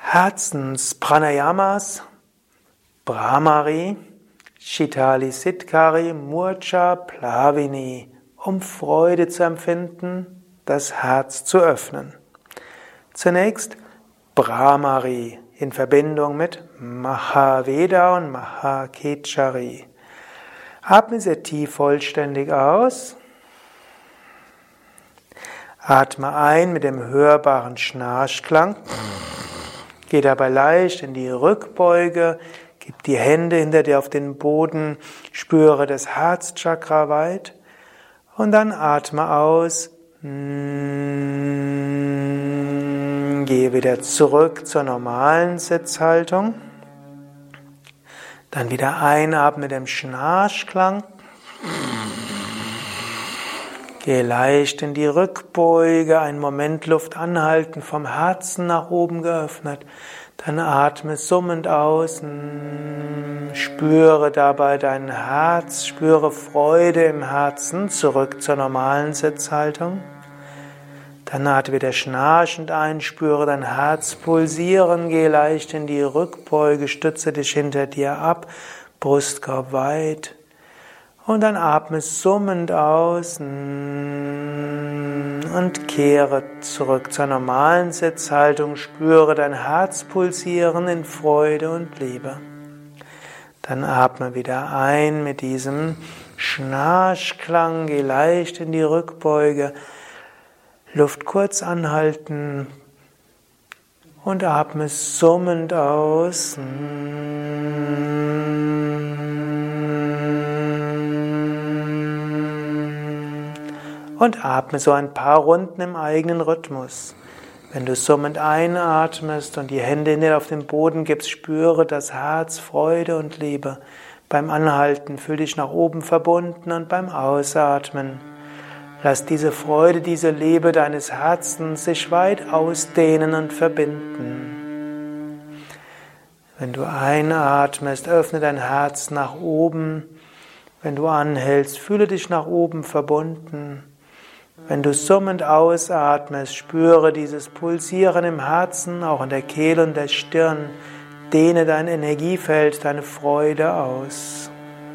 Herzenspranayamas, Bhramari, Shitali Siddhkari, Murcha Plavini, um Freude zu empfinden, das Herz zu öffnen. Zunächst Bhramari in Verbindung mit Mahaveda und Mahakechari. Atme sehr tief vollständig aus. Atme ein mit dem hörbaren Schnarchklang. Geh dabei leicht in die Rückbeuge. Gib die Hände hinter dir auf den Boden. Spüre das Herzchakra weit. Und dann atme aus. Gehe wieder zurück zur normalen Sitzhaltung. Dann wieder einatmen mit dem Schnarchklang. Gehe leicht in die Rückbeuge, einen Moment Luft anhalten, vom Herzen nach oben geöffnet. Dann atme summend aus, spüre dabei dein Herz, spüre Freude im Herzen, zurück zur normalen Sitzhaltung. Dann atme wieder schnarchend ein, spüre dein Herz pulsieren, geh leicht in die Rückbeuge, stütze dich hinter dir ab, Brustkorb weit. Und dann atme summend aus und kehre zurück zur normalen Sitzhaltung, spüre dein Herz pulsieren in Freude und Liebe. Dann atme wieder ein mit diesem Schnarchklang, geh leicht in die Rückbeuge, Luft kurz anhalten und atme summend aus. Und atme so ein paar Runden im eigenen Rhythmus. Wenn du summend einatmest und die Hände hinter auf den Boden gibst, spüre das Herz, Freude und Liebe. Beim Anhalten fühl dich nach oben verbunden und beim Ausatmen lass diese Freude, diese Liebe deines Herzens sich weit ausdehnen und verbinden. Wenn du einatmest, öffne dein Herz nach oben. Wenn du anhältst, fühle dich nach oben verbunden. Wenn du summend ausatmest, spüre dieses Pulsieren im Herzen, auch in der Kehle und der Stirn. Dehne dein Energiefeld, deine Freude aus.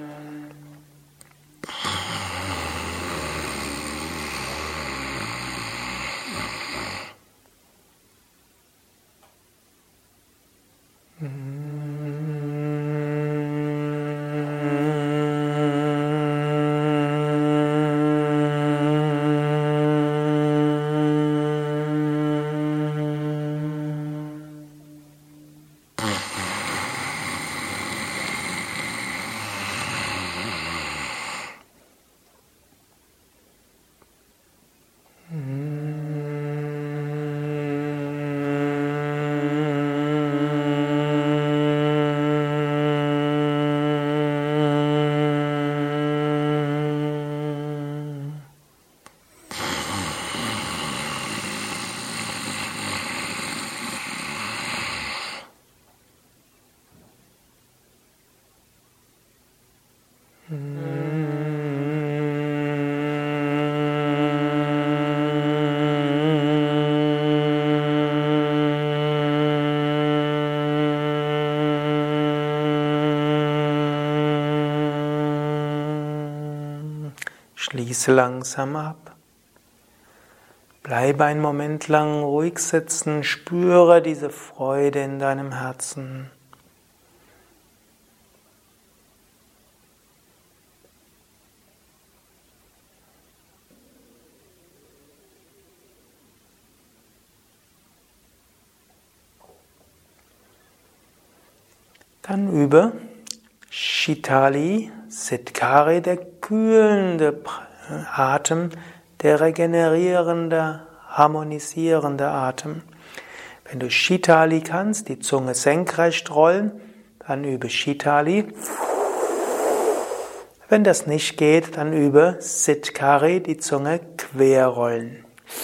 Schließe langsam ab. Bleibe einen Moment lang ruhig sitzen, spüre diese Freude in deinem Herzen. Dann übe Shitali Siddhkari, der kühlende Atem, der regenerierende, harmonisierende Atem. Wenn du Shitali kannst, die Zunge senkrecht rollen, dann übe Shitali. Wenn das nicht geht, dann übe Siddhkari, die Zunge quer rollen.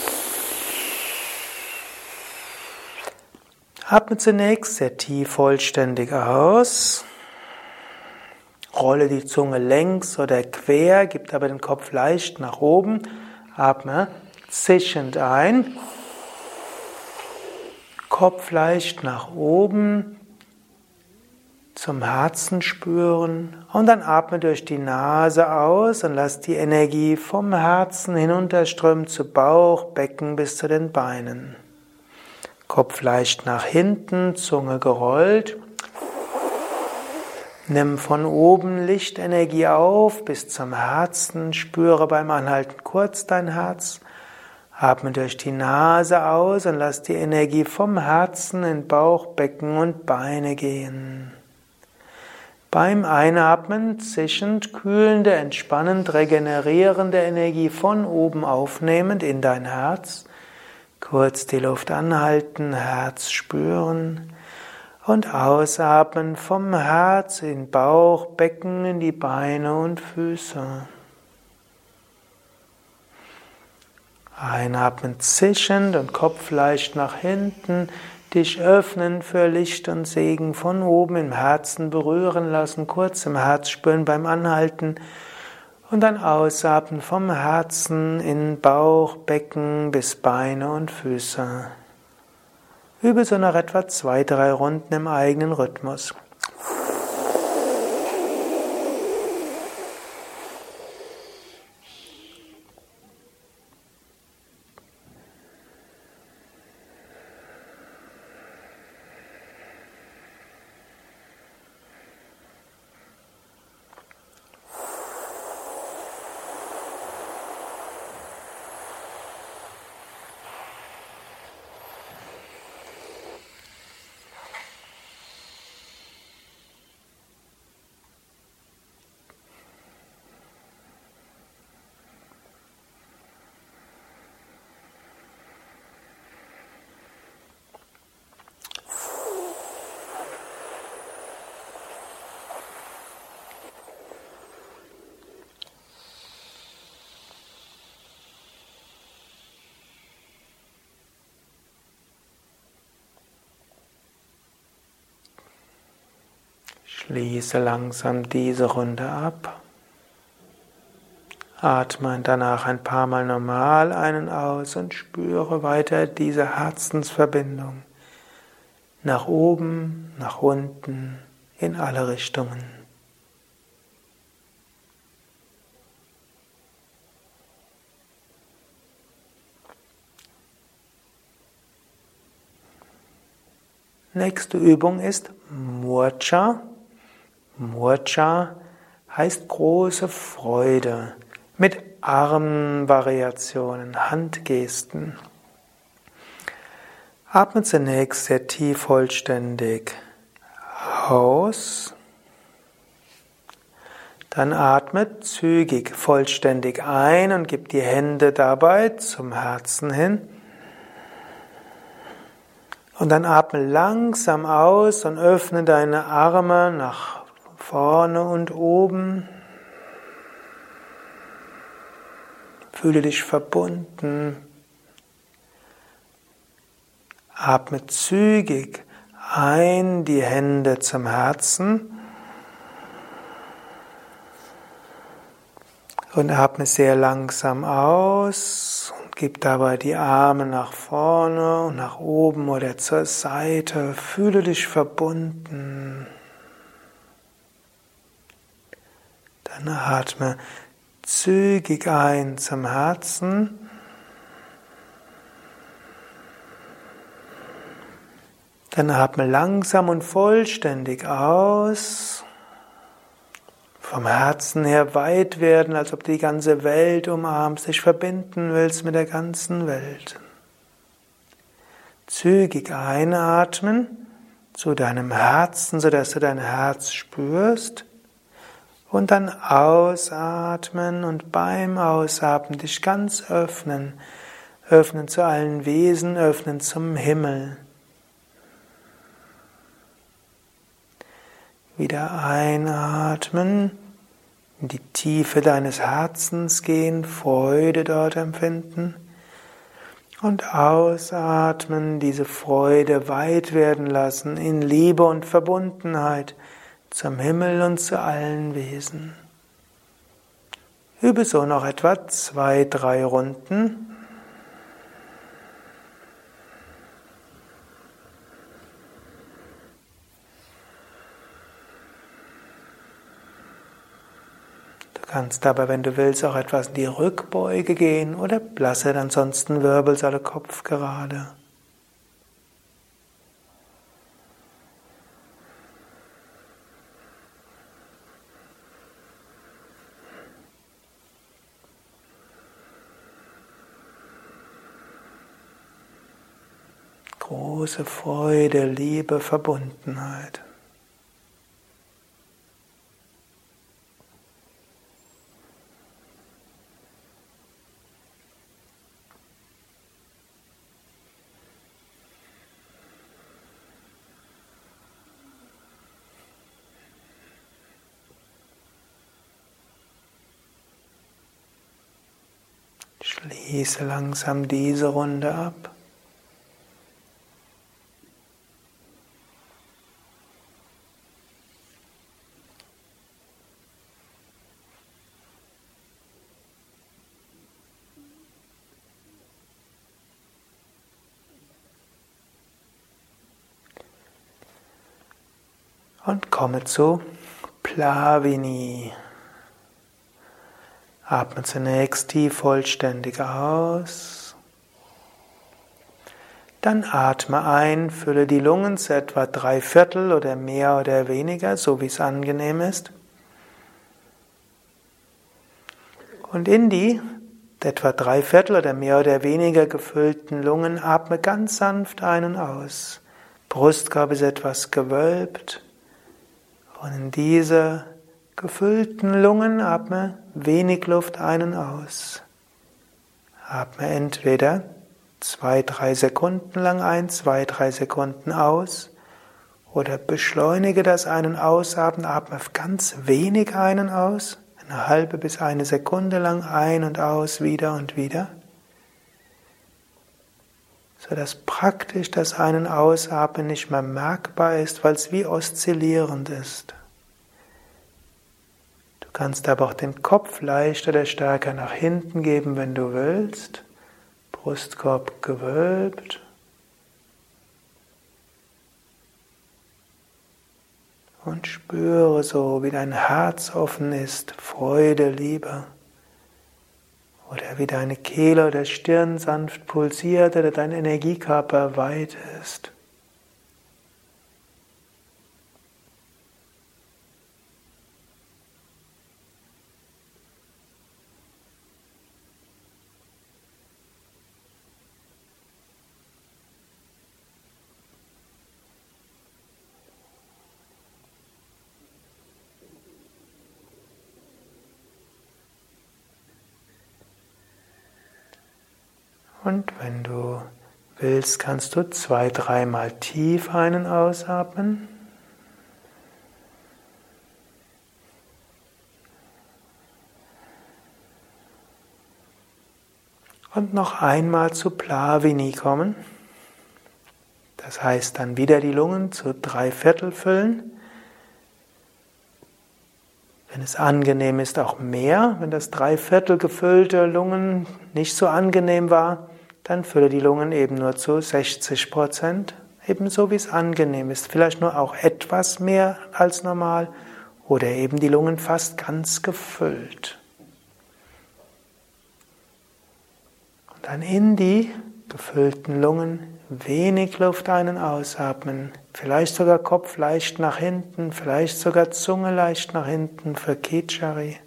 Atme zunächst sehr tief vollständig aus. Rolle die Zunge längs oder quer, gib aber den Kopf leicht nach oben. Atme zischend ein. Kopf leicht nach oben, zum Herzen spüren und dann atme durch die Nase aus und lass die Energie vom Herzen hinunterströmen zu Bauch, Becken bis zu den Beinen. Kopf leicht nach hinten, Zunge gerollt. Nimm von oben Lichtenergie auf bis zum Herzen, spüre beim Anhalten kurz dein Herz. Atme durch die Nase aus und lass die Energie vom Herzen in Bauch, Becken und Beine gehen. Beim Einatmen zischend, kühlende, entspannend, regenerierende Energie von oben aufnehmend in dein Herz. Kurz die Luft anhalten, Herz spüren und ausatmen vom Herz in Bauch, Becken, in die Beine und Füße. Einatmen zischend und Kopf leicht nach hinten, dich öffnen für Licht und Segen von oben im Herzen berühren lassen, kurz im Herz spüren beim Anhalten und dann ausatmen vom Herzen in Bauch, Becken bis Beine und Füße. Übe so nach etwa 2-3 Runden im eigenen Rhythmus. Schließe langsam diese Runde ab. Atme danach ein paar Mal normal ein und aus und spüre weiter diese Herzensverbindung. Nach oben, nach unten, in alle Richtungen. Nächste Übung ist Murcha. Murcha heißt große Freude mit Armvariationen, Handgesten. Atme zunächst sehr tief vollständig aus. Dann atme zügig vollständig ein und gib die Hände dabei zum Herzen hin. Und dann atme langsam aus und öffne deine Arme nach vorne und oben. Fühle dich verbunden. Atme zügig ein, die Hände zum Herzen. Und atme sehr langsam aus und gib dabei die Arme nach vorne und nach oben oder zur Seite. Fühle dich verbunden. Dann atme zügig ein zum Herzen. Dann atme langsam und vollständig aus. Vom Herzen her weit werden, als ob du die ganze Welt umarmst, dich verbinden willst mit der ganzen Welt. Zügig einatmen zu deinem Herzen, sodass du dein Herz spürst. Und dann ausatmen und beim Ausatmen dich ganz öffnen. Öffnen zu allen Wesen, öffnen zum Himmel. Wieder einatmen, in die Tiefe deines Herzens gehen, Freude dort empfinden. Und ausatmen, diese Freude weit werden lassen in Liebe und Verbundenheit zum Himmel und zu allen Wesen. Übe so noch etwa 2-3 Runden. Kannst aber, wenn du willst, auch etwas in die Rückbeuge gehen oder lasse ansonsten Wirbelsäule, Kopf gerade. Große Freude, Liebe, Verbundenheit. Schließe langsam diese Runde ab. Und komme zu Plavini. Atme zunächst tief vollständig aus. Dann atme ein, fülle die Lungen zu etwa 3/4 oder mehr oder weniger, so wie es angenehm ist. Und in die etwa 3/4 oder mehr oder weniger gefüllten Lungen atme ganz sanft ein und aus. Brustkorb ist etwas gewölbt. Und in diese gefüllten Lungen atme wenig Luft ein und aus. Atme entweder 2-3 Sekunden lang ein, 2-3 Sekunden aus, oder beschleunige das Ein- und Ausatmen, atme ganz wenig ein und aus, eine halbe bis eine Sekunde lang ein und aus, wieder und wieder, sodass praktisch das Ein- und Ausatmen nicht mehr merkbar ist, weil es wie oszillierend ist. Du kannst aber auch den Kopf leichter oder stärker nach hinten geben, wenn du willst. Brustkorb gewölbt. Und spüre so, wie dein Herz offen ist, Freude, Liebe. Oder wie deine Kehle oder Stirn sanft pulsiert oder dein Energiekörper weit ist. Und wenn du willst, kannst du 2-3 Mal tief ein- und ausatmen. Und noch einmal zu Plavini kommen. Das heißt, dann wieder die Lungen zu 3/4 füllen. Wenn es angenehm ist, auch mehr. Wenn das 3/4 gefüllte Lungen nicht so angenehm war, dann fülle die Lungen eben nur zu 60%, ebenso wie es angenehm ist. Vielleicht nur auch etwas mehr als normal oder eben die Lungen fast ganz gefüllt. Und dann in die gefüllten Lungen wenig Luft ein- und ausatmen. Vielleicht sogar Kopf leicht nach hinten, vielleicht sogar Zunge leicht nach hinten für Khichari.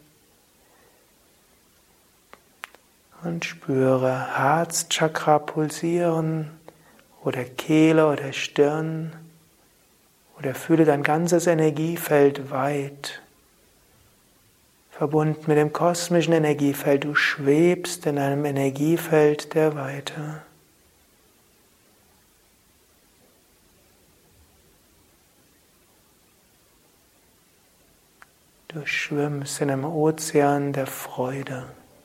Und spüre Herzchakra pulsieren oder Kehle oder Stirn oder fühle dein ganzes Energiefeld weit. Verbunden mit dem kosmischen Energiefeld, du schwebst in einem Energiefeld der Weite. Du schwimmst in einem Ozean der Freude.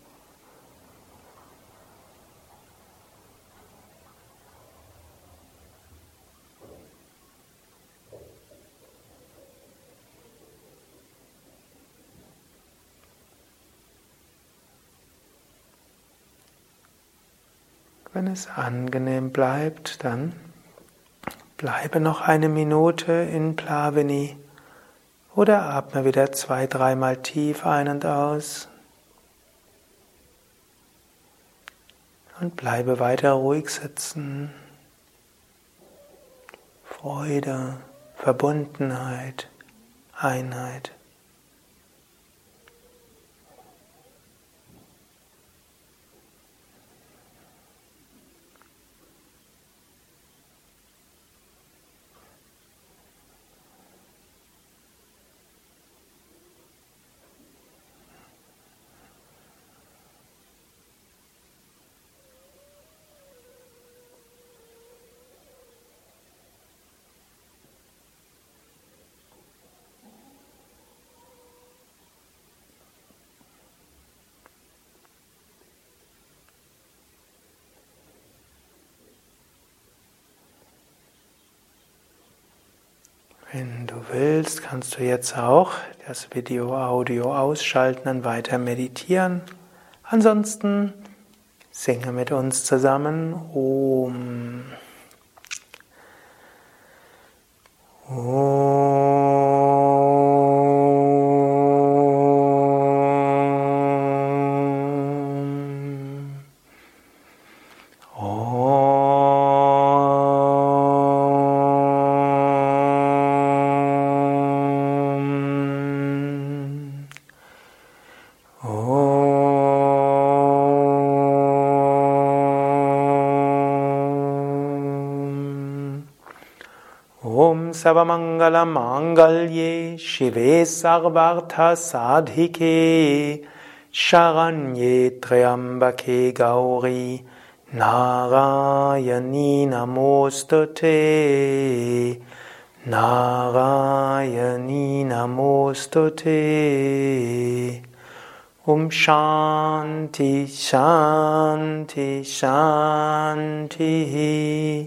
Wenn es angenehm bleibt, dann bleibe noch eine Minute in Plavini Oder atme wieder 2-3 Mal tief ein und aus. Und bleibe weiter ruhig sitzen. Freude, Verbundenheit, Einheit. Wenn du willst, kannst du jetzt auch das Video-Audio ausschalten und weiter meditieren. Ansonsten singe mit uns zusammen Om. Om Sarvamangala Mangalye Shive Sarvartha Sadhike Sharanye Triambake Gauri Narayani Namostute Narayani Namostute Om Shanti Shanti Shanti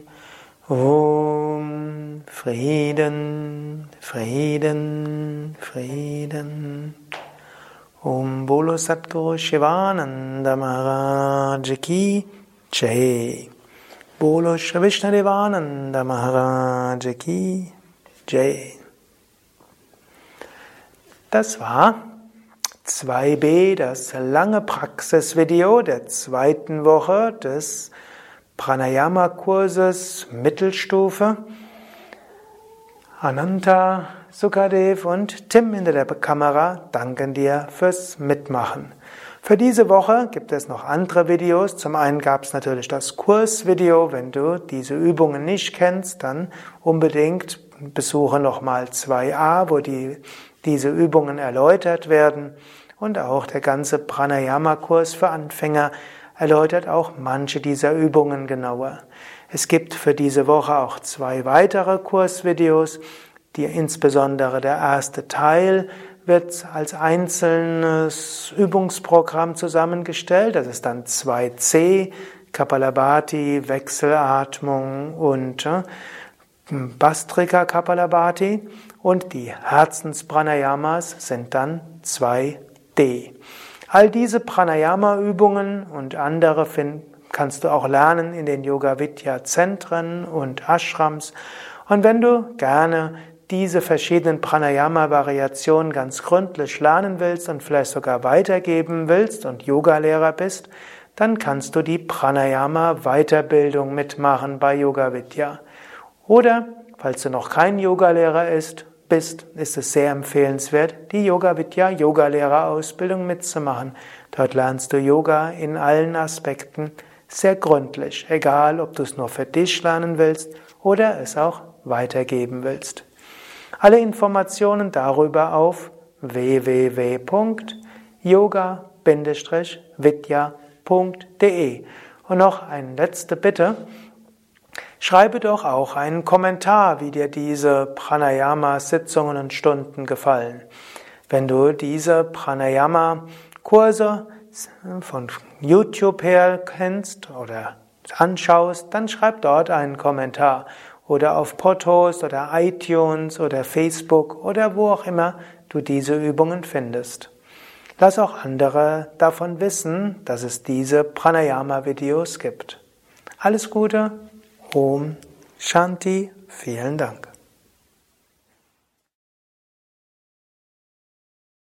Om Frieden, Frieden, Frieden. Om Bolo Satguru Shivananda Maharaj Ki Jai. Bolo Shri Vishnadevananda Maharaj Ki Jai. Das war 2b, das lange Praxisvideo der 2. Woche des Pranayama-Kurses Mittelstufe. Ananta, Sukadev und Tim hinter der Kamera danken dir fürs Mitmachen. Für diese Woche gibt es noch andere Videos. Zum einen gab es natürlich das Kursvideo. Wenn du diese Übungen nicht kennst, dann unbedingt besuche nochmal 2a, wo diese Übungen erläutert werden. Und auch der ganze Pranayama-Kurs für Anfänger erläutert auch manche dieser Übungen genauer. Es gibt für diese Woche auch 2 weitere Kursvideos, insbesondere der erste Teil wird als einzelnes Übungsprogramm zusammengestellt. Das ist dann 2c, Kapalabhati, Wechselatmung und Bhastrika Kapalabhati. Und die Herzenspranayamas sind dann 2d. All diese Pranayama-Übungen und andere kannst du auch lernen in den Yoga-Vidya-Zentren und Ashrams. Und wenn du gerne diese verschiedenen Pranayama-Variationen ganz gründlich lernen willst und vielleicht sogar weitergeben willst und Yogalehrer bist, dann kannst du die Pranayama-Weiterbildung mitmachen bei Yoga-Vidya. Oder, falls du noch kein Yogalehrer bist, ist es sehr empfehlenswert, die Yoga-Vidya Yogalehrerausbildung mitzumachen. Dort lernst du Yoga in allen Aspekten sehr gründlich, egal ob du es nur für dich lernen willst oder es auch weitergeben willst. Alle Informationen darüber auf www.yoga-vidya.de. Und noch eine letzte Bitte. Schreibe doch auch einen Kommentar, wie dir diese Pranayama-Sitzungen und Stunden gefallen. Wenn du diese Pranayama-Kurse von YouTube her kennst oder anschaust, dann schreib dort einen Kommentar. Oder auf Podhost oder iTunes oder Facebook oder wo auch immer du diese Übungen findest. Lass auch andere davon wissen, dass es diese Pranayama-Videos gibt. Alles Gute! Om Shanti, vielen Dank.